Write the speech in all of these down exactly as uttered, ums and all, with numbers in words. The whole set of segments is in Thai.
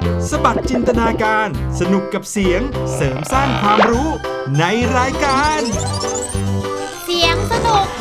สบัดจินตนาการสนุกกับเสียงเสริมสร้างความรู้ในรายการเสียงสนุก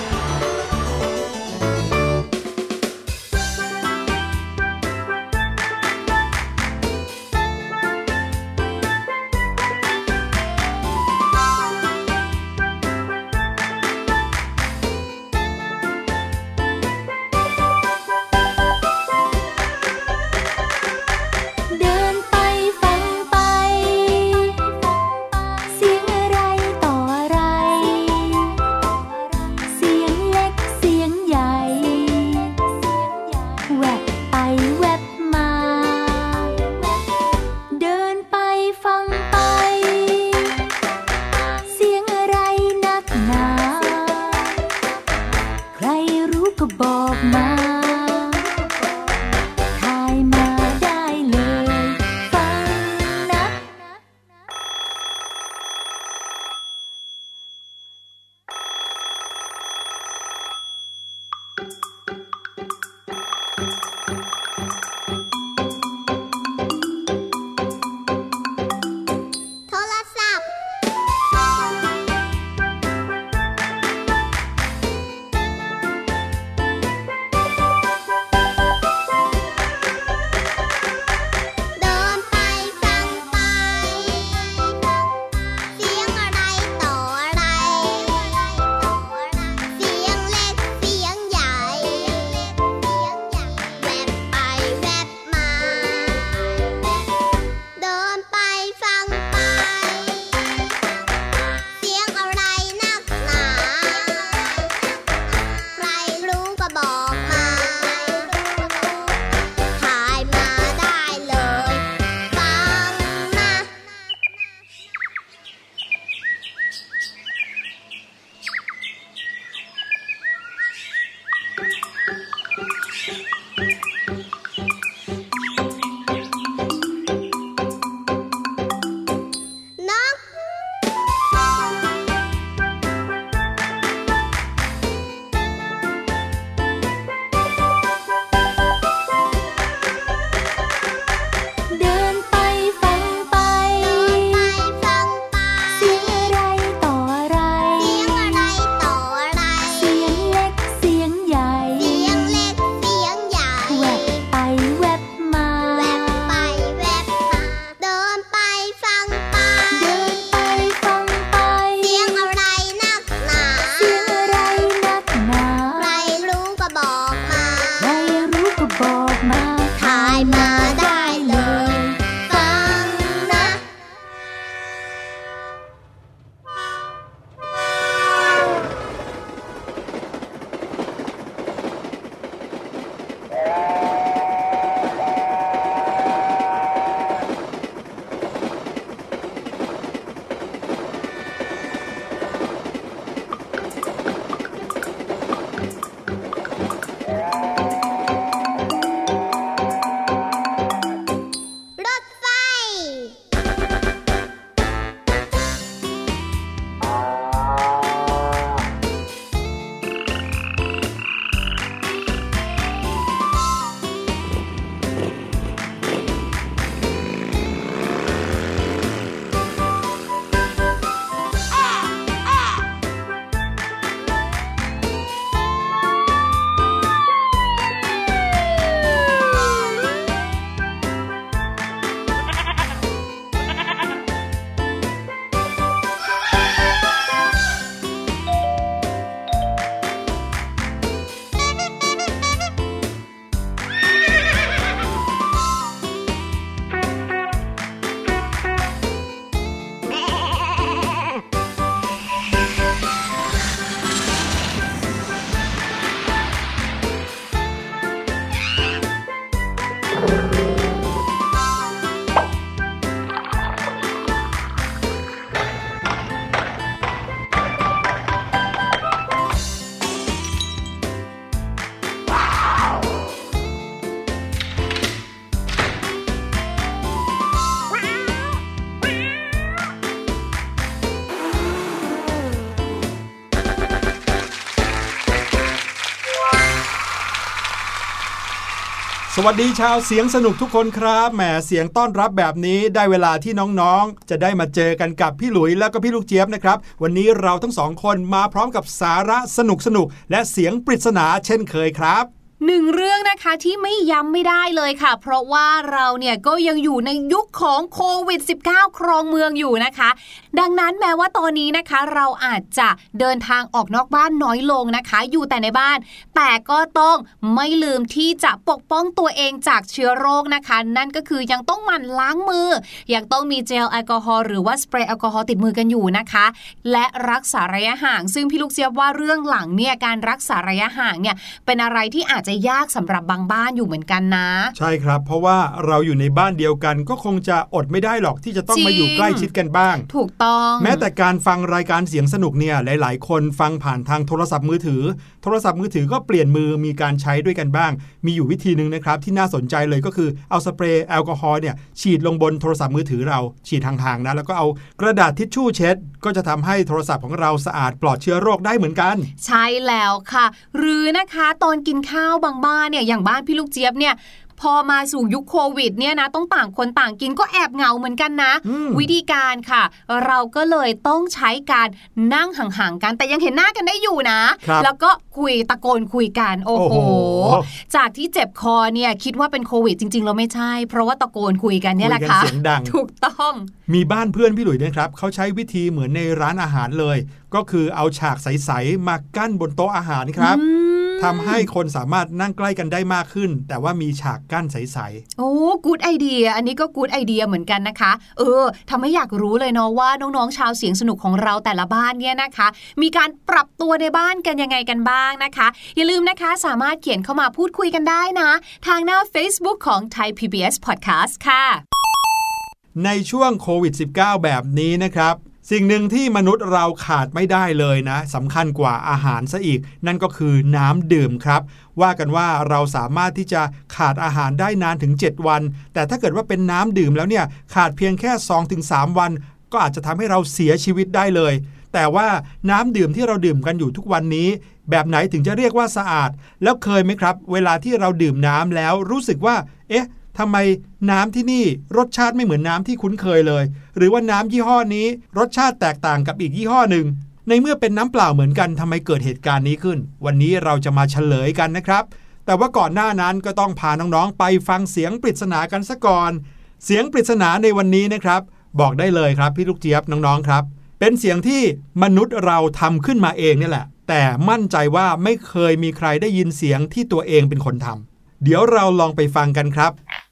สวัสดีชาวเสียงสนุกทุกคนครับแหมเสียงต้อนรับแบบนี้ได้เวลาที่น้องๆจะได้มาเจอกันกับพี่หลุยแล้วก็พี่ลูกเจี๊ยบนะครับวันนี้เราทั้งสองคนมาพร้อมกับสาระสนุกๆและเสียงปริศนาเช่นเคยครับหนึ่งเรื่องนะคะที่ไม่ย้ำไม่ได้เลยค่ะเพราะว่าเราเนี่ยก็ยังอยู่ในยุคของโควิด สิบเก้า ครองเมืองอยู่นะคะดังนั้นแม้ว่าตอนนี้นะคะเราอาจจะเดินทางออกนอกบ้านน้อยลงนะคะอยู่แต่ในบ้านแต่ก็ต้องไม่ลืมที่จะปกป้องตัวเองจากเชื้อโรคนะคะนั่นก็คือยังต้องหมั่นล้างมือยังต้องมีเจลแอลกอฮอล์หรือว่าสเปรย์แอลกอฮอล์ติดมือกันอยู่นะคะและรักษาระยะห่างซึ่งพี่ลูกเจี๊ยบว่าเรื่องหลังเนี่ยการรักษาระยะห่างเนี่ยเป็นอะไรที่อาจจะยากสำหรับบางบ้านอยู่เหมือนกันนะใช่ครับเพราะว่าเราอยู่ในบ้านเดียวกันก็คงจะอดไม่ได้หรอกที่จะต้องมาอยู่ใกล้ชิดกันบ้างถูกต้องแม้แต่การฟังรายการเสียงสนุกเนี่ยหลายๆคนฟังผ่านทางโทรศัพท์มือถือโทรศัพท์มือถือก็เปลี่ยนมือมีการใช้ด้วยกันบ้างมีอยู่วิธีนึงนะครับที่น่าสนใจเลยก็คือเอาสเปรย์แอลกอฮอล์เนี่ยฉีดลงบนโทรศัพท์มือถือเราฉีดห่างๆนะแล้วก็เอากระดาษทิชชู่เช็ดก็จะทำให้โทรศัพท์ของเราสะอาดปลอดเชื้อโรคได้เหมือนกันใช่แล้วค่ะหรือนะคะตอนกินข้าวบางบ้านเนี่ยอย่างบ้านพี่ลูกเจี๊ยบเนี่ยพอมาสู่ยุคโควิดเนี่ยนะต้องต่างคนต่างกินก็แอบเหงาเหมือนกันนะวิธีการค่ะเราก็เลยต้องใช้การนั่งห่างๆกันแต่ยังเห็นหน้ากันได้อยู่นะแล้วก็คุยตะโกนคุยกันโอ้โหจากที่เจ็บคอเนี่ยคิดว่าเป็นโควิดจริงๆเราไม่ใช่เพราะว่าตะโกนคุยกันเนี่ยแหละค่ะเสียงดังถูกต้องมีบ้านเพื่อนพี่หลุยนะครับเขาใช้วิธีเหมือนในร้านอาหารเลยก็คือเอาฉากใสๆมากั้นบนโต๊ะอาหารครับทำให้คนสามารถนั่งใกล้กันได้มากขึ้นแต่ว่ามีฉากกั้นใสๆโอ้กู๊ดไอเดียอันนี้ก็กู๊ดไอเดียเหมือนกันนะคะเออทำให้อยากรู้เลยเนาะว่าน้องๆชาวเสียงสนุกของเราแต่ละบ้านเนี่ยนะคะมีการปรับตัวในบ้านกันยังไงกันบ้างนะคะอย่าลืมนะคะสามารถเขียนเข้ามาพูดคุยกันได้นะทางหน้า Facebook ของ Thai พี บี เอส Podcast ค่ะในช่วงโควิด สิบเก้า แบบนี้นะครับสิ่งหนึ่งที่มนุษย์เราขาดไม่ได้เลยนะสำคัญกว่าอาหารซะอีกนั่นก็คือน้ำดื่มครับว่ากันว่าเราสามารถที่จะขาดอาหารได้นานถึงเจ็ดวันแต่ถ้าเกิดว่าเป็นน้ำดื่มแล้วเนี่ยขาดเพียงแค่ สองถึงสาม วันก็อาจจะทำให้เราเสียชีวิตได้เลยแต่ว่าน้ำดื่มที่เราดื่มกันอยู่ทุกวันนี้แบบไหนถึงจะเรียกว่าสะอาดแล้วเคยไหมครับเวลาที่เราดื่มน้ำแล้วรู้สึกว่าเอ๊ะทำไมน้ำที่นี่รสชาติไม่เหมือนน้ำที่คุ้นเคยเลยหรือว่าน้ำยี่ห้อนี้รสชาติแตกต่างกับอีกยี่ห้อหนึ่งในเมื่อเป็นน้ำเปล่าเหมือนกันทำไมเกิดเหตุการณ์นี้ขึ้นวันนี้เราจะมาเฉลยกันนะครับแต่ว่าก่อนหน้านั้นก็ต้องพาน้องๆไปฟังเสียงปริศนากันซะก่อนเสียงปริศนาในวันนี้นะครับบอกได้เลยครับพี่ลูกเจี๊ยบน้องๆครับเป็นเสียงที่มนุษย์เราทำขึ้นมาเองนี่แหละแต่มั่นใจว่าไม่เคยมีใครได้ยินเสียงที่ตัวเองเป็นคนทำเดี๋ยวเราลองไปฟังกันครับ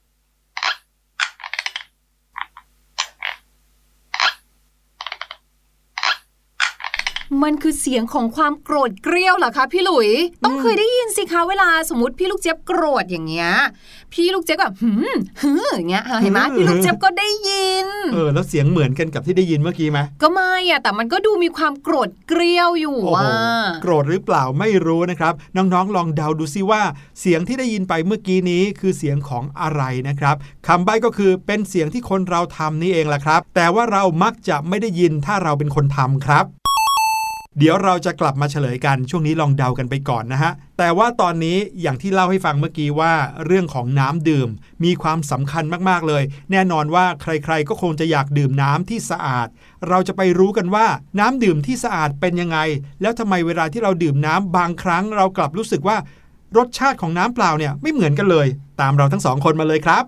มันคือเสียงของความโกรธเกรี้ยวเหรอคะพี่หลุยต้องเคยได้ยินสิคะเวลาสมมติพี่ลูกเจี๊ยบโกรธอย่างเงี้ยพี่ลูกเจี๊ยบแบบหืมหืออย่างเงี้ยเห็นไหมพี่ลูกเจี๊ยบก็ได้ยินเออแล้วเสียงเหมือนกันกับที่ได้ยินเมื่อกี้ไหมก็ไม่อะแต่มันก็ดูมีความโกรธเกรี้ยวอยู่ว่าโกรธหรือเปล่าไม่รู้นะครับน้องๆลองเดาดูซิว่าเสียงที่ได้ยินไปเมื่อกี้นี้คือเสียงของอะไรนะครับคำใบ้ก็คือเป็นเสียงที่คนเราทำนี่เองแหละครับแต่ว่าเรามักจะไม่ได้ยินถ้าเราเป็นคนทำครับเดี๋ยวเราจะกลับมาเฉลยกันช่วงนี้ลองเดากันไปก่อนนะฮะแต่ว่าตอนนี้อย่างที่เล่าให้ฟังเมื่อกี้ว่าเรื่องของน้ำดื่มมีความสำคัญมากๆเลยแน่นอนว่าใครๆก็คงจะอยากดื่มน้ำที่สะอาดเราจะไปรู้กันว่าน้ำดื่มที่สะอาดเป็นยังไงแล้วทำไมเวลาที่เราดื่มน้ำบางครั้งเรากลับรู้สึกว่ารสชาติของน้ำเปล่าเนี่ยไม่เหมือนกันเลยตามเราทั้งสองคนมาเลยครับ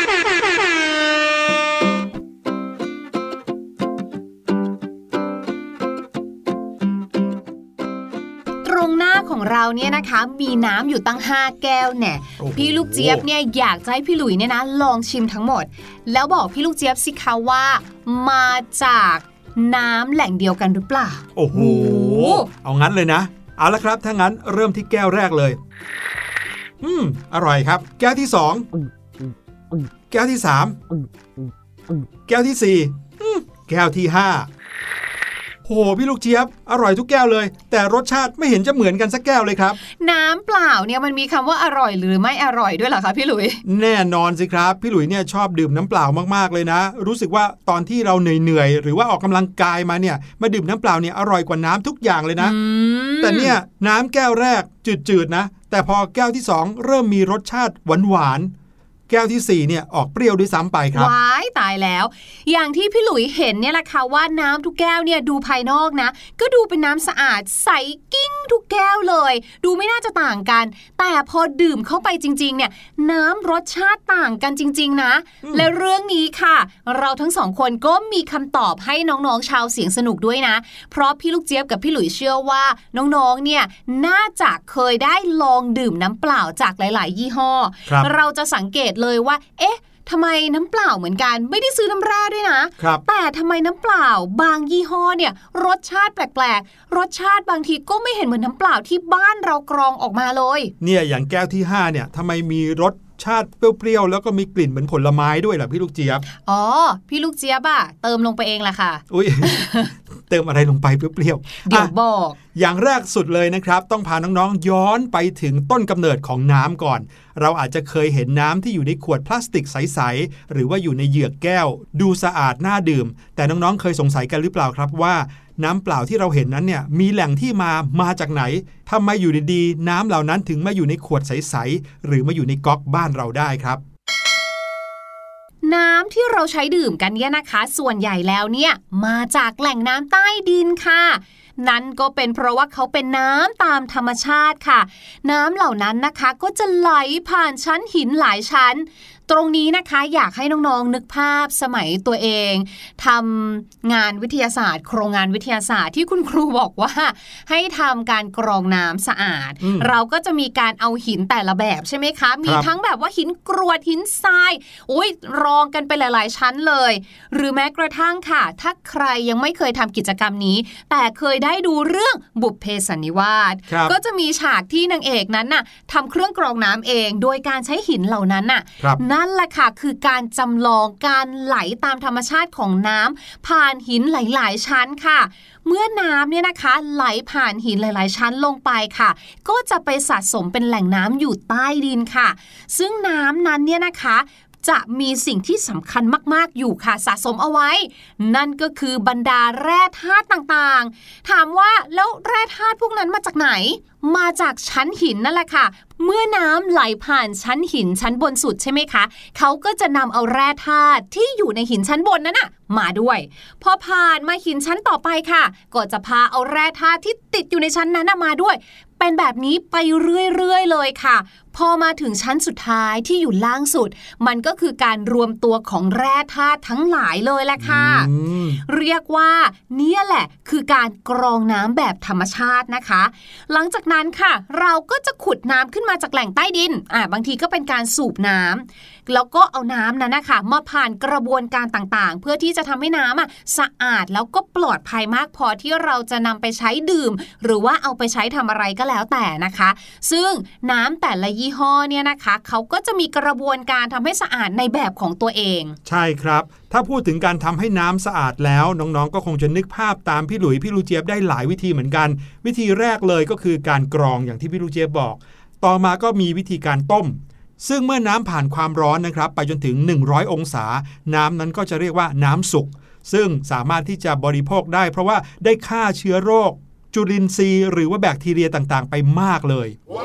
ของเราเนี่ยนะคะมีน้ำอยู่ตั้งห้าแก้วเนี่ยพี่ลูกเจี๊ยบเนี่ยอยากจะให้พี่หลุยเนี่ยนะลองชิมทั้งหมดแล้วบอกพี่ลูกเจี๊ยบสิคะว่ามาจากน้ำแหล่งเดียวกันหรือเปล่าโอ้โหเอางั้นเลยนะเอาละครับถ้างั้นเริ่มที่แก้วแรกเลยอืมอร่อยครับแก้วที่สองแก้วที่สามแก้วที่สี่แก้วที่ห้าโหพี่ลูกเจี๊ยบอร่อยทุกแก้วเลยแต่รสชาติไม่เห็นจะเหมือนกันสักแก้วเลยครับน้ำเปล่าเนี่ยมันมีคำว่าอร่อยหรือไม่อร่อยด้วยเหรอคะพี่หลุยแน่นอนสิครับพี่หลุยเนี่ยชอบดื่มน้ำเปล่ามากๆเลยนะรู้สึกว่าตอนที่เราเหนื่อยๆหรือว่าออกกำลังกายมาเนี่ยมาดื่มน้ำเปล่าเนี่ยอร่อยกว่าน้ำทุกอย่างเลยนะแต่เนี่ยน้ำแก้วแรกจืดๆนะแต่พอแก้วที่สองเริ่มมีรสชาติหวานๆแก้วที่สี่เนี่ยออกเปรี้ยวด้วยซ้ำไปครับว้ายตายแล้วอย่างที่พี่หลุยเห็นเนี่ยแหละค่ะว่าน้ำทุกแก้วเนี่ยดูภายนอกนะก็ดูเป็นน้ำสะอาดใสกิ้งทุกแก้วเลยดูไม่น่าจะต่างกันแต่พอดื่มเข้าไปจริงๆเนี่ยน้ำรสชาติต่างกันจริงๆนะและเรื่องนี้ค่ะเราทั้งสองคนก็มีคำตอบให้น้องๆชาวเสียงสนุกด้วยนะเพราะพี่ลูกเจี๊ยบกับพี่หลุยเชื่อว่าน้องๆเนี่ยน่าจะเคยได้ลองดื่มน้ำเปล่าจากหลายๆยี่ห้อเราจะสังเกตเลยว่าเอ๊ะทำไมน้ำเปล่าเหมือนกันไม่ได้ซื้อน้ำแร่ด้วยนะแต่ทำไมน้ำเปล่าบางยี่ห้อเนี่ยรสชาติแปลกๆรสชาติบางทีก็ไม่เห็นเหมือนน้ำเปล่าที่บ้านเรากรองออกมาเลยเนี่ยอย่างแก้วที่ห้าเนี่ยทำไมมีรสชาติเปรี้ยวๆแล้วก็มีกลิ่นเหมือนผลไม้ด้วยล่ะพี่ลูกเจี๊ยบอ๋อพี่ลูกเจี๊ยบอะเติมลงไปเองแหละค่ะอุ๊ย เติมอะไรลงไปเปรี้ยวๆเดี๋ยวบอกอย่างแรกสุดเลยนะครับต้องพาน้องๆย้อนไปถึงต้นกำเนิดของน้ำก่อนเราอาจจะเคยเห็นน้ำที่อยู่ในขวดพลาสติกใสๆหรือว่าอยู่ในเหยือกแก้วดูสะอาดน่าดื่มแต่น้องๆเคยสงสัยกันหรือเปล่าครับว่าน้ำเปล่าที่เราเห็นนั้นเนี่ยมีแหล่งที่มามาจากไหนทำไมอยู่ดีๆน้ำเหล่านั้นถึงมาอยู่ในขวดใสๆหรือมาอยู่ในก๊อกบ้านเราได้ครับน้ำที่เราใช้ดื่มกันเนี่ยนะคะส่วนใหญ่แล้วเนี่ยมาจากแหล่งน้ำใต้ดินค่ะนั่นก็เป็นเพราะว่าเขาเป็นน้ำตามธรรมชาติค่ะน้ำเหล่านั้นนะคะก็จะไหลผ่านชั้นหินหลายชั้นตรงนี้นะคะอยากให้น้องๆนึกภาพสมัยตัวเองทำงานวิทยาศาสตร์โครงงานวิทยาศาสตร์ที่คุณครูบอกว่าให้ทำการกรองน้ำสะอาดเราก็จะมีการเอาหินแต่ละแบบใช่ไหมคะมีทั้งแบบว่าหินกรวดหินทรายโอ้ยรองกันไปหลายๆชั้นเลยหรือแม้กระทั่งค่ะถ้าใครยังไม่เคยทำกิจกรรมนี้แต่เคยได้ดูเรื่องบุพเพสันนิวาสก็จะมีฉากที่นางเอกนั้นน่ะทำเครื่องกรองน้ำเองโดยการใช้หินเหล่านั้นน่ะนั่นแหละค่ะคือการจำลองการไหลตามธรรมชาติของน้ำผ่านหินหลายๆชั้นค่ะเมื่อน้ำเนี่ยนะคะไหลผ่านหินหลายๆชั้นลงไปค่ะก็จะไปสะสมเป็นแหล่งน้ำอยู่ใต้ดินค่ะซึ่งน้ำนั้นเนี่ยนะคะจะมีสิ่งที่สำคัญมากๆอยู่ค่ะสะสมเอาไว้นั่นก็คือบรรดาแร่ธาตุต่างๆถามว่าแล้วแร่ธาตุพวกนั้นมาจากไหนมาจากชั้นหินนั่นแหละค่ะเมื่อน้ำไหลผ่านชั้นหินชั้นบนสุดใช่ไหมคะเขาก็จะนำเอาแร่ธาตุที่อยู่ในหินชั้นบนนั้นน่ะมาด้วยพอผ่านมาหินชั้นต่อไปค่ะก็จะพาเอาแร่ธาตุที่ติดอยู่ในชั้นนั้นมาด้วยเป็นแบบนี้ไปเรื่อยๆเลยค่ะพอมาถึงชั้นสุดท้ายที่อยู่ล่างสุดมันก็คือการรวมตัวของแร่ธาตุทั้งหลายเลยแหละค่ะเรียกว่าเนี่ยแหละคือการกรองน้ำแบบธรรมชาตินะคะหลังจากนั้นค่ะเราก็จะขุดน้ำขึ้นมาจากแหล่งใต้ดินอ่าบางทีก็เป็นการสูบน้ำแล้วก็เอาน้ำนั้นนะคะมาผ่านกระบวนการต่างๆเพื่อที่จะทำให้น้ำอ่ะสะอาดแล้วก็ปลอดภัยมากพอที่เราจะนำไปใช้ดื่มหรือว่าเอาไปใช้ทำอะไรก็แล้วแต่นะคะซึ่งน้ำแต่ละยี่ห้อเนี่ยนะคะเขาก็จะมีกระบวนการทำให้สะอาดในแบบของตัวเองใช่ครับถ้าพูดถึงการทำให้น้ำสะอาดแล้วน้องๆก็คงจะนึกภาพตามพี่หลุยพี่ลูกเจี๊ยบได้หลายวิธีเหมือนกันวิธีแรกเลยก็คือการกรองอย่างที่พี่ลูกเจี๊ยบบอกต่อมาก็มีวิธีการต้มซึ่งเมื่อน้ำผ่านความร้อนนะครับไปจนถึงหนึ่งร้อยองศาน้ำนั้นก็จะเรียกว่าน้ำสุกซึ่งสามารถที่จะบริโภคได้เพราะว่าได้ฆ่าเชื้อโรคจุลินทรีย์หรือว่าแบคทีเรียต่างๆไปมากเลย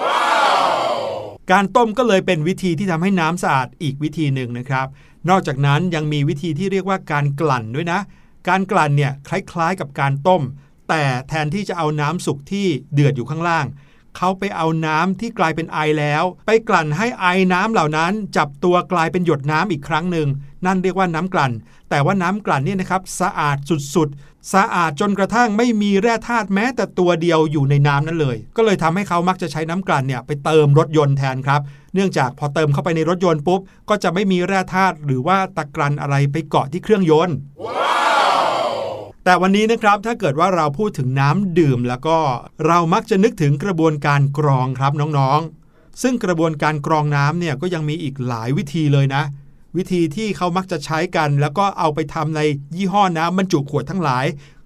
wow! การต้มก็เลยเป็นวิธีที่ทำให้น้ำสะอาดอีกวิธีหนึ่งนะครับนอกจากนั้นยังมีวิธีที่เรียกว่าการกลั่นด้วยนะการกลั่นเนี่ยคล้ายๆกับการต้มแต่แทนที่จะเอาน้ำสุกที่เดือดอยู่ข้างล่างเขาไปเอาน้ำที่กลายเป็นไอแล้วไปกลั่นให้ไอน้ำเหล่านั้นจับตัวกลายเป็นหยดน้ำอีกครั้งหนึ่งนั่นเรียกว่าน้ำกลั่นแต่ว่าน้ำกลั่นเนี่ยนะครับสะอาดสุดๆสะอาดจนกระทั่งไม่มีแร่ธาตุแม้แต่ตัวเดียวอยู่ในน้ำนั้นเลยก็เลยทำให้เขามักจะใช้น้ำกลั่นเนี่ยไปเติมรถยนต์แทนครับเนื่องจากพอเติมเข้าไปในรถยนต์ปุ๊บก็จะไม่มีแร่ธาตุหรือว่าตะกรันอะไรไปเกาะที่เครื่องยนต์ wow! แต่วันนี้นะครับถ้าเกิดว่าเราพูดถึงน้ำดื่มแล้วก็เรามักจะนึกถึงกระบวนการกรองครับน้องๆซึ่งกระบวนการกรองน้ำเนี่ยก็ยังมีอีกหลายวิธีเลยนะวิธีที่เขามักจะใช้กันแล้วก็เอาไปทำในยี่ห้อน้ำบรรจุขวดทั้งหลาย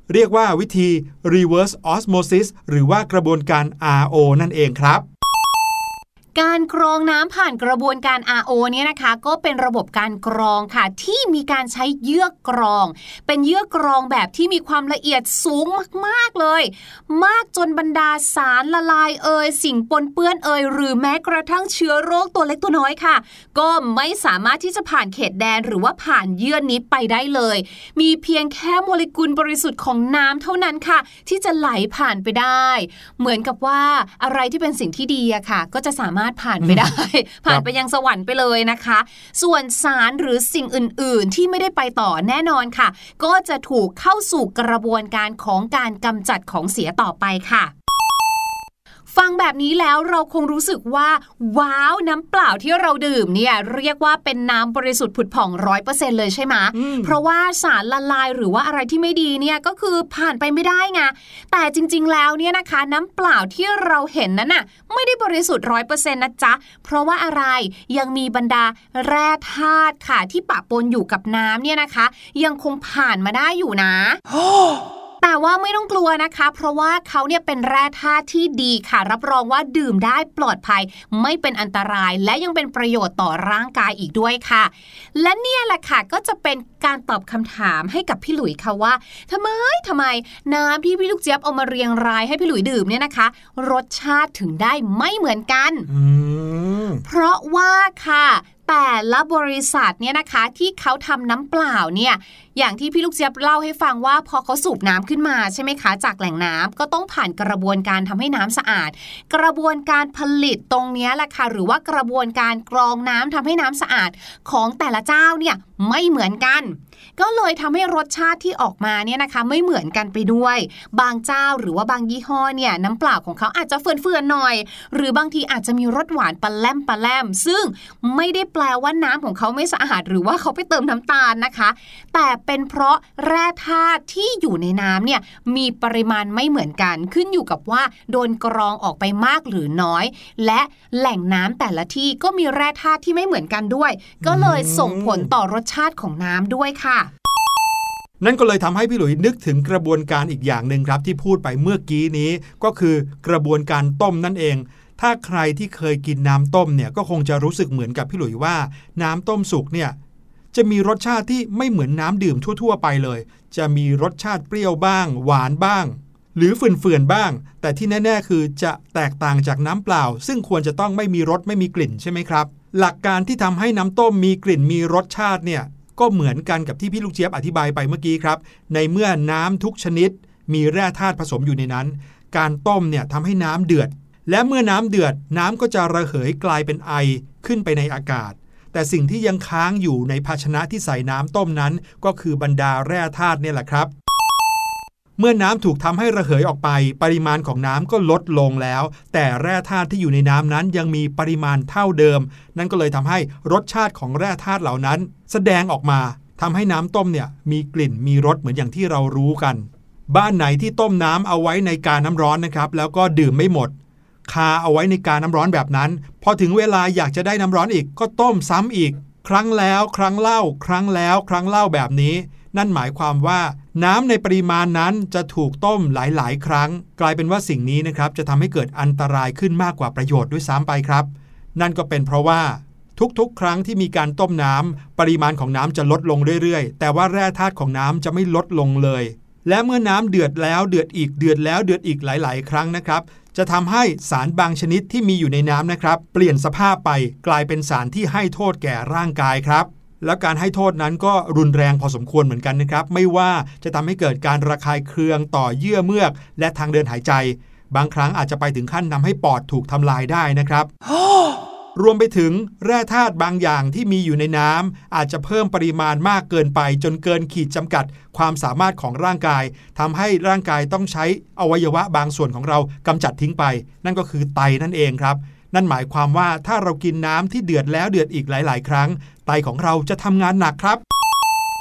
เรียกว่าวิธี reverse osmosis หรือว่ากระบวนการ อาร์ โอ นั่นเองครับการกรองน้ำผ่านกระบวนการ อาร์ โอ เนี่ยนะคะก็เป็นระบบการกรองค่ะที่มีการใช้เยื่อกรองเป็นเยื่อกรองแบบที่มีความละเอียดสูงมากๆเลยมากจนบรรดาสารละลายเอ่ยสิ่งปนเปื้อนเอ่ยหรือแม้กระทั่งเชื้อโรคตัวเล็กตัวน้อยค่ะก็ไม่สามารถที่จะผ่านเขตแดนหรือว่าผ่านเยื่อนี้ไปได้เลยมีเพียงแค่โมเลกุลบริสุทธิ์ของน้ำเท่านั้นค่ะที่จะไหลผ่านไปได้เหมือนกับว่าอะไรที่เป็นสิ่งที่ดีอะค่ะก็จะสามารถผ่านไปได้ผ่านไปยังสวรรค์ไปเลยนะคะส่วนสารหรือสิ่งอื่นๆที่ไม่ได้ไปต่อแน่นอนค่ะก็จะถูกเข้าสู่กระบวนการของการกำจัดของเสียต่อไปค่ะฟังแบบนี้แล้วเราคงรู้สึกว่าว้าวน้ำเปล่าที่เราดื่มเนี่ยเรียกว่าเป็นน้ำบริสุทธิ์ผุดผ่อง ร้อยเปอร์เซ็นต์ เลยใช่ไหมเพราะว่าสารละลายหรือว่าอะไรที่ไม่ดีเนี่ยก็คือผ่านไปไม่ได้ไงแต่จริงๆแล้วเนี่ยนะคะน้ำเปล่าที่เราเห็นนั้นน่ะไม่ได้บริสุทธิ์ ร้อยเปอร์เซ็นต์ นะจ๊ะเพราะว่าอะไรยังมีบรรดาแร่ธาตุค่ะที่ปะปนอยู่กับน้ำเนี่ยนะคะยังคงผ่านมาได้อยู่นะ แต่ว่าไม่ต้องกลัวนะคะเพราะว่าเขาเนี่ยเป็นแร่ธาตุที่ดีค่ะรับรองว่าดื่มได้ปลอดภัยไม่เป็นอันตรายและยังเป็นประโยชน์ต่อร่างกายอีกด้วยค่ะและเนี่ยแหละค่ะก็จะเป็นการตอบคำถามให้กับพี่หลุยค่ะว่าทำไมทำไมน้ำที่พี่ลูกเจี๊ยบเอามาเรียงรายให้พี่หลุยดื่มเนี่ยนะคะรสชาติถึงได้ไม่เหมือนกันเพราะว่าค่ะแต่ละบริษัทเนี่ยนะคะที่เขาทำน้ำเปล่าเนี่ยอย่างที่พี่ลูกเจี๊ยบเล่าให้ฟังว่าพอเขาสูบน้ำขึ้นมาใช่ไหมคะจากแหล่งน้ำก็ต้องผ่านกระบวนการทำให้น้ำสะอาดกระบวนการผลิตตรงนี้แหละค่ะหรือว่ากระบวนการกรองน้ำทำให้น้ำสะอาดของแต่ละเจ้าเนี่ยไม่เหมือนกันก็เลยทำให้รสชาติที่ออกมาเนี่ยนะคะไม่เหมือนกันไปด้วยบางเจ้าหรือว่าบางยี่ห้อเนี่ยน้ำเปล่าของเขาอาจจะเฟื่อนๆหน่อยหรือบางทีอาจจะมีรสหวานปลาแลมปลาแลมซึ่งไม่ได้แปลว่าน้ำของเขาไม่สะอาดหรือว่าเขาไปเติมน้ำตาลนะคะแต่เป็นเพราะแร่ธาตุที่อยู่ในน้ำเนี่ยมีปริมาณไม่เหมือนกันขึ้นอยู่กับว่าโดนกรองออกไปมากหรือน้อยและแหล่งน้ำแต่ละที่ก็มีแร่ธาตุที่ไม่เหมือนกันด้วยก็เลยส่งผลต่อรสชาติของน้ำด้วยค่ะนั่นก็เลยทำให้พี่หลุยนึกถึงกระบวนการอีกอย่างหนึ่งครับที่พูดไปเมื่อกี้นี้ก็คือกระบวนการต้มนั่นเองถ้าใครที่เคยกินน้ำต้มเนี่ยก็คงจะรู้สึกเหมือนกับพี่หลุยว่าน้ำต้มสุกเนี่ยจะมีรสชาติที่ไม่เหมือนน้ำดื่มทั่วๆไปเลยจะมีรสชาติเปรี้ยวบ้างหวานบ้างหรือเฟื่อนๆบ้างแต่ที่แน่ๆคือจะแตกต่างจากน้ำเปล่าซึ่งควรจะต้องไม่มีรสไม่มีกลิ่นใช่ไหมครับหลักการที่ทำให้น้ำต้มมีกลิ่นมีรสชาติเนี่ยก็เหมือนกันกับที่พี่ลูกเจี๊ยบอธิบายไปเมื่อกี้ครับในเมื่อน้ำทุกชนิดมีแร่ธาตุผสมอยู่ในนั้นการต้มเนี่ยทำให้น้ำเดือดและเมื่อน้ำเดือดน้ำก็จะระเหยกลายเป็นไอขึ้นไปในอากาศแต่สิ่งที่ยังค้างอยู่ในภาชนะที่ใส่น้ำต้มนั้นก็คือบรรดาแร่ธาตุเนี่ยแหละครับเมื่อน้ำถูกทำให้ระเหยออกไปปริมาณของน้ำก็ลดลงแล้วแต่แร่ธาตุที่อยู่ในน้ำนั้นยังมีปริมาณเท่าเดิมนั่นก็เลยทำให้รสชาติของแร่ธาตุเหล่านั้นแสดงออกมาทำให้น้ำต้มเนี่ยมีกลิ่นมีรสเหมือนอย่างที่เรารู้กันบ้านไหนที่ต้มน้ำเอาไว้ในกาน้ำร้อนนะครับแล้วก็ดื่มไม่หมดคาเอาไว้ในกาน้ำร้อนแบบนั้นพอถึงเวลาอยากจะได้น้ำร้อนอีกก็ต้มซ้ำอีกครั้งแล้วครั้งเล่าครั้งแล้วครั้งเล่าแบบนี้นั่นหมายความว่าน้ำในปริมาณนั้นจะถูกต้มหลายๆครั้งกลายเป็นว่าสิ่งนี้นะครับจะทำให้เกิดอันตรายขึ้นมากกว่าประโยชน์ด้วยซ้ำไปครับนั่นก็เป็นเพราะว่าทุกๆครั้งที่มีการต้มน้ำปริมาณของน้ำจะลดลงเรื่อยๆแต่ว่าแร่ธาตุของน้ำจะไม่ลดลงเลยและเมื่อน้ำเดือดแล้วเดือดอีกเดือดแล้วเดือดอีกหลายๆครั้งนะครับจะทำให้สารบางชนิดที่มีอยู่ในน้ำนะครับเปลี่ยนสภาพไปกลายเป็นสารที่ให้โทษแก่ร่างกายครับแล้วการให้โทษนั้นก็รุนแรงพอสมควรเหมือนกันนะครับไม่ว่าจะทำให้เกิดการระคายเคืองต่อเยื่อเมือกและทางเดินหายใจบางครั้งอาจจะไปถึงขั้นทำให้ปอดถูกทำลายได้นะครับ รวมไปถึงแร่ธาตุบางอย่างที่มีอยู่ในน้ำอาจจะเพิ่มปริมาณมากเกินไปจนเกินขีดจำกัดความสามารถของร่างกายทำให้ร่างกายต้องใช้อวัยวะบางส่วนของเรากำจัดทิ้งไปนั่นก็คือไตนั่นเองครับนั่นหมายความว่าถ้าเรากินน้ำที่เดือดแล้วเดือดอีกหลายๆครั้งไตของเราจะทำงานหนักครับ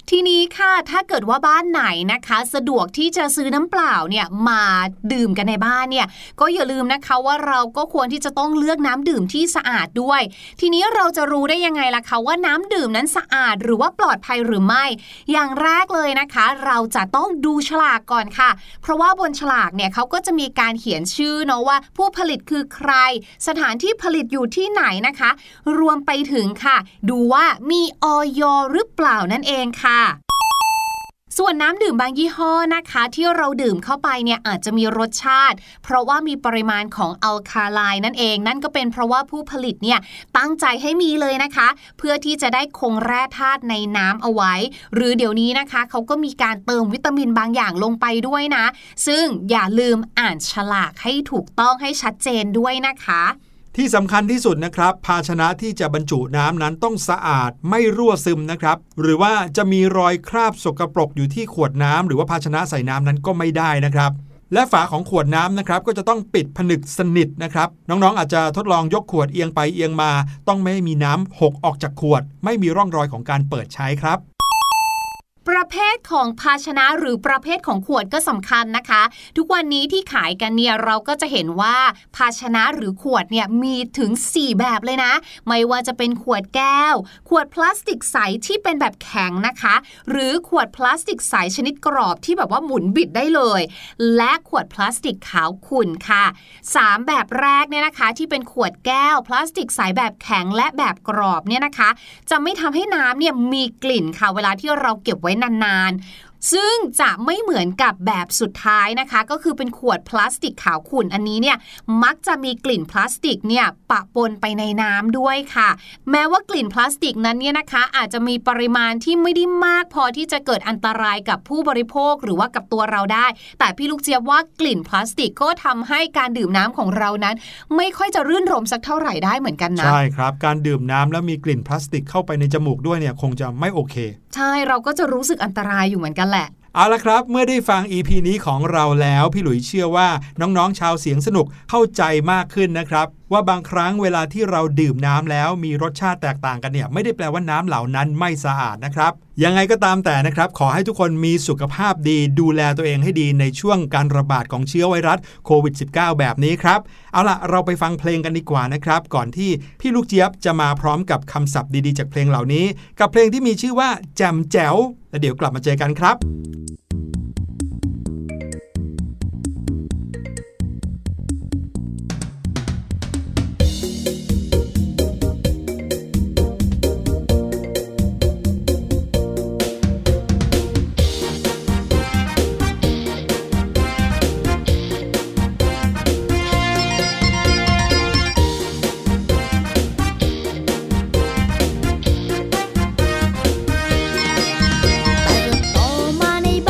ทีนี้ค่ะถ้าเกิดว่าบ้านไหนนะคะสะดวกที่จะซื้อน้ำเปล่าเนี่ยมาดื่มกันในบ้านเนี่ยก็อย่าลืมนะคะว่าเราก็ควรที่จะต้องเลือกน้ำดื่มที่สะอาดด้วยทีนี้เราจะรู้ได้ยังไงล่ะคะว่าน้ำดื่มนั้นสะอาดหรือว่าปลอดภัยหรือไม่อย่างแรกเลยนะคะเราจะต้องดูฉลากก่อนค่ะเพราะว่าบนฉลากเนี่ยเขาก็จะมีการเขียนชื่อเนาะว่าผู้ผลิตคือใครสถานที่ผลิตอยู่ที่ไหนนะคะรวมไปถึงค่ะดูว่ามีอย.หรือเปล่านั่นเองค่ะส่วนน้ำดื่มบางยี่ห้อนะคะที่เราดื่มเข้าไปเนี่ยอาจจะมีรสชาติเพราะว่ามีปริมาณของอัลคาไลน์นั่นเองนั่นก็เป็นเพราะว่าผู้ผลิตเนี่ยตั้งใจให้มีเลยนะคะเพื่อที่จะได้คงแร่ธาตุในน้ำเอาไว้หรือเดี๋ยวนี้นะคะเขาก็มีการเติมวิตามินบางอย่างลงไปด้วยนะซึ่งอย่าลืมอ่านฉลากให้ถูกต้องให้ชัดเจนด้วยนะคะที่สำคัญที่สุดนะครับภาชนะที่จะบรรจุน้ำนั้นต้องสะอาดไม่รั่วซึมนะครับหรือว่าจะมีรอยคราบสกปรกอยู่ที่ขวดน้ำหรือว่าภาชนะใส่น้ำนั้นก็ไม่ได้นะครับและฝาของขวดน้ำนะครับก็จะต้องปิดผนึกสนิทนะครับน้องๆอาจจะทดลองยกขวดเอียงไปเอียงมาต้องไม่มีน้ำหกออกจากขวดไม่มีร่องรอยของการเปิดใช้ครับประเภทของภาชนะหรือประเภทของขวดก็สำคัญนะคะทุกวันนี้ที่ขายกันเนี่ยเราก็จะเห็นว่าภาชนะหรือขวดเนี่ยมีถึงสี่แบบเลยนะไม่ว่าจะเป็นขวดแก้วขวดพลาสติกใสที่เป็นแบบแข็งนะคะหรือขวดพลาสติกใสชนิดกรอบที่แบบว่าหมุนบิดได้เลยและขวดพลาสติกขาวขุ่นค่ะสามแบบแรกเนี่ยนะคะที่เป็นขวดแก้วพลาสติกใสแบบแข็งและแบบกรอบเนี่ยนะคะจะไม่ทำให้น้ำเนี่ยมีกลิ่นค่ะเวลาที่เราเก็บไว้นานๆซึ่งจะไม่เหมือนกับแบบสุดท้ายนะคะก็คือเป็นขวดพลาสติกขาวขุ่นอันนี้เนี่ยมักจะมีกลิ่นพลาสติกเนี่ยปะปนไปในน้ำด้วยค่ะแม้ว่ากลิ่นพลาสติกนั้นเนี่ยนะคะอาจจะมีปริมาณที่ไม่ได้มากพอที่จะเกิดอันตรายกับผู้บริโภคหรือว่ากับตัวเราได้แต่พี่ลูกเจี๊ยบว่ากลิ่นพลาสติกก็ทำให้การดื่มน้ำของเรานั้นไม่ค่อยจะรื่นรมสักเท่าไหร่ได้เหมือนกันนะใช่ครับการดื่มน้ำแล้วมีกลิ่นพลาสติกเข้าไปในจมูกด้วยเนี่ยคงจะไม่โอเคใช่เราก็จะรู้สึกอันตรายอยู่เหมือนกันแหละเอาละครับเมื่อได้ฟัง อี พี นี้ของเราแล้วพี่หลุยเชื่อว่าน้องๆชาวเสียงสนุกเข้าใจมากขึ้นนะครับว่าบางครั้งเวลาที่เราดื่มน้ำแล้วมีรสชาติแตกต่างกันเนี่ยไม่ได้แปลว่าน้ำเหล่านั้นไม่สะอาดนะครับยังไงก็ตามแต่นะครับขอให้ทุกคนมีสุขภาพดีดูแลตัวเองให้ดีในช่วงการระบาดของเชื้อไวรัสโควิด สิบเก้า แบบนี้ครับเอาล่ะเราไปฟังเพลงกันดีกว่านะครับก่อนที่พี่ลูกเจี๊ยบจะมาพร้อมกับคำศัพท์ดีๆจากเพลงเหล่านี้กับเพลงที่มีชื่อว่าแจ่มแจ๋วแล้วเดี๋ยวกลับมาเจอกันครับใน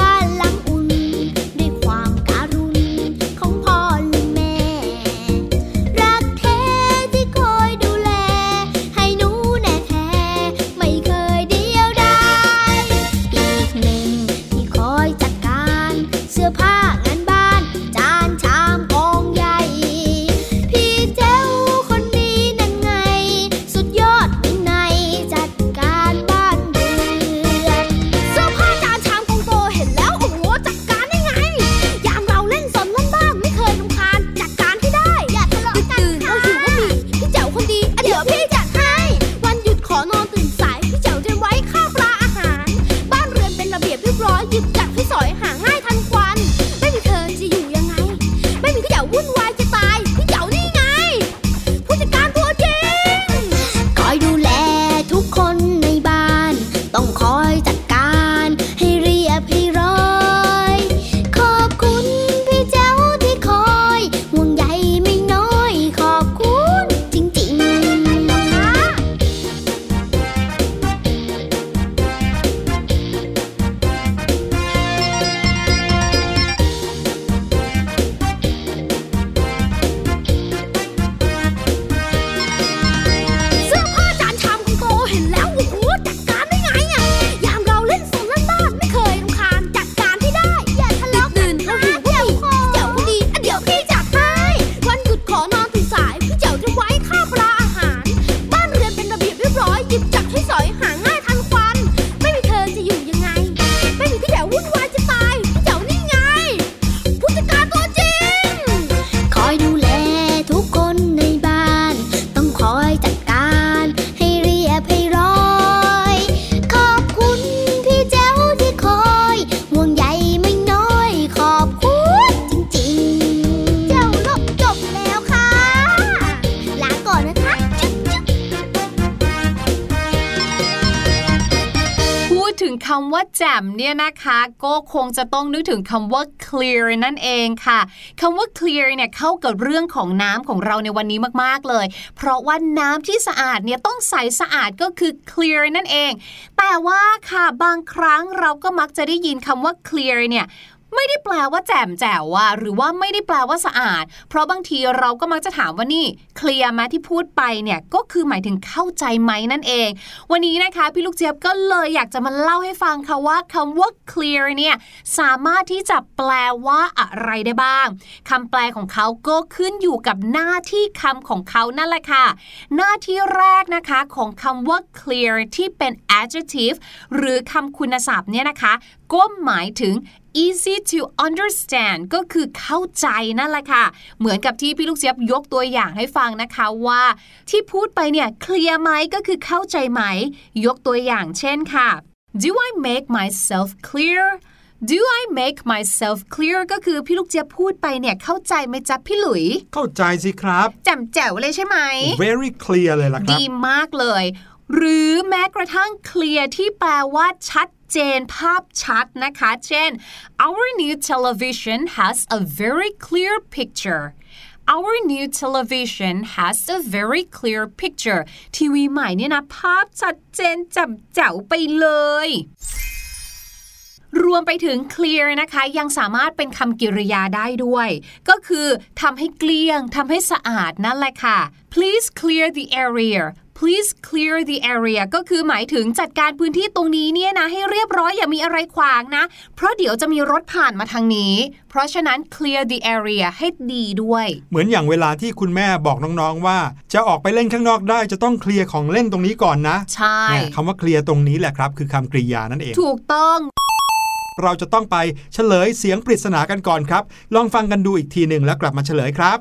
คำว่าแจ่มเนี่ยนะคะก็คงจะต้องนึกถึงคำว่า clear นั่นเองค่ะคำว่า clear เนี่ยเข้ากับเรื่องของน้ำของเราในวันนี้มากๆเลยเพราะว่าน้ำที่สะอาดเนี่ยต้องใสสะอาดก็คือ clear นั่นเองแต่ว่าค่ะบางครั้งเราก็มักจะได้ยินคำว่า clear เนี่ยไม่ได้แปลว่าแจ่มแจ๋วอะหรือว่าไม่ได้แปลว่าสะอาดเพราะบางทีเราก็มักจะถามว่านี่เคลียร์ไหมที่พูดไปเนี่ยก็คือหมายถึงเข้าใจไหมนั่นเองวันนี้นะคะพี่ลูกเจี๊ยบก็เลยอยากจะมาเล่าให้ฟังค่ะว่าคำว่า clear เนี่ยสามารถที่จะแปลว่าอะไรได้บ้างคำแปลของเขาก็ขึ้นอยู่กับหน้าที่คำของเขานั่นแหละค่ะหน้าที่แรกนะคะของคำว่า clear ที่เป็น adjective หรือคำคุณศัพท์เนี่ยนะคะก็หมายถึงeasy to understand ก็คือเข้าใจนั่นแหละค่ะเหมือนกับที่พี่ลูกเจี๊ยบยกตัวอย่างให้ฟังนะคะว่าที่พูดไปเนี่ยเคลียร์ไหมก็คือเข้าใจไหมยกตัวอย่างเช่นค่ะ Do I make myself clear Do I make myself clear ก็คือพี่ลูกเจี๊ยบพูดไปเนี่ยเข้าใจไหมจ๊ะพี่หลุยเข้าใจสิครับแจ่มแจ๋วเลยใช่ไหม Very clear เลยล่ะครับดีมากเลยหรือแม้กระทั่งเคลียร์ที่แปลว่าชัดเจนภาพชัดนะคะเช่น Our new television has a very clear picture Our new television has a very clear picture ทีวีใหม่เนี่ยนะภาพชัดเจนแจ่มแจ๋วไปเลยรวมไปถึง clear นะคะยังสามารถเป็นคำกริยาได้ด้วยก็คือทำให้เกลี้ยงทำให้สะอาดนั่นแหละค่ะ Please clear the area Please clear the area ก็คือหมายถึงจัดการพื้นที่ตรงนี้เนี่ยนะให้เรียบร้อยอย่ามีอะไรขวางนะเพราะเดี๋ยวจะมีรถผ่านมาทางนี้เพราะฉะนั้น clear the area ให้ดีด้วยเหมือนอย่างเวลาที่คุณแม่บอกน้องๆว่าจะออกไปเล่นข้างนอกได้จะต้องเคลียร์ของเล่นตรงนี้ก่อนนะใช่คำว่าเคลียร์ตรงนี้แหละครับคือคำกริยานั่นเองถูกต้องเราจะต้องไปเฉลยเสียงปริศนากันก่อนครับลองฟังกันดูอีกทีหนึ่งแล้วกลับมาเฉลยครับ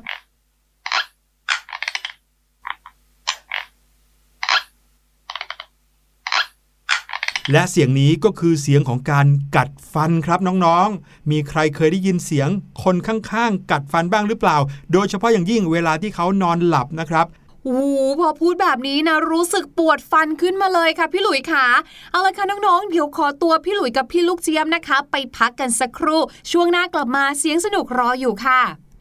และเสียงนี้ก็คือเสียงของการกัดฟันครับน้องๆมีใครเคยได้ยินเสียงคนข้างๆกัดฟันบ้างหรือเปล่าโดยเฉพาะอย่างยิ่งเวลาที่เขานอนหลับนะครับโอ้พอพูดแบบนี้นะรู้สึกปวดฟันขึ้นมาเลยค่ะพี่หลุยค่ะเอาละค่ะน้องๆเดี๋ยวขอตัวพี่หลุยกับพี่ลูกเจี๊ยบนะคะไปพักกันสักครู่ช่วงหน้ากลับมาเสียงสนุกรออยู่ค่ะ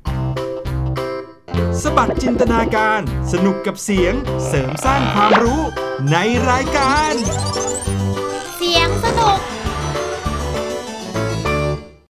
สบัดจินตนาการสนุกกับเสียงเสริมสร้างความรู้ในรายการเสียงสนุก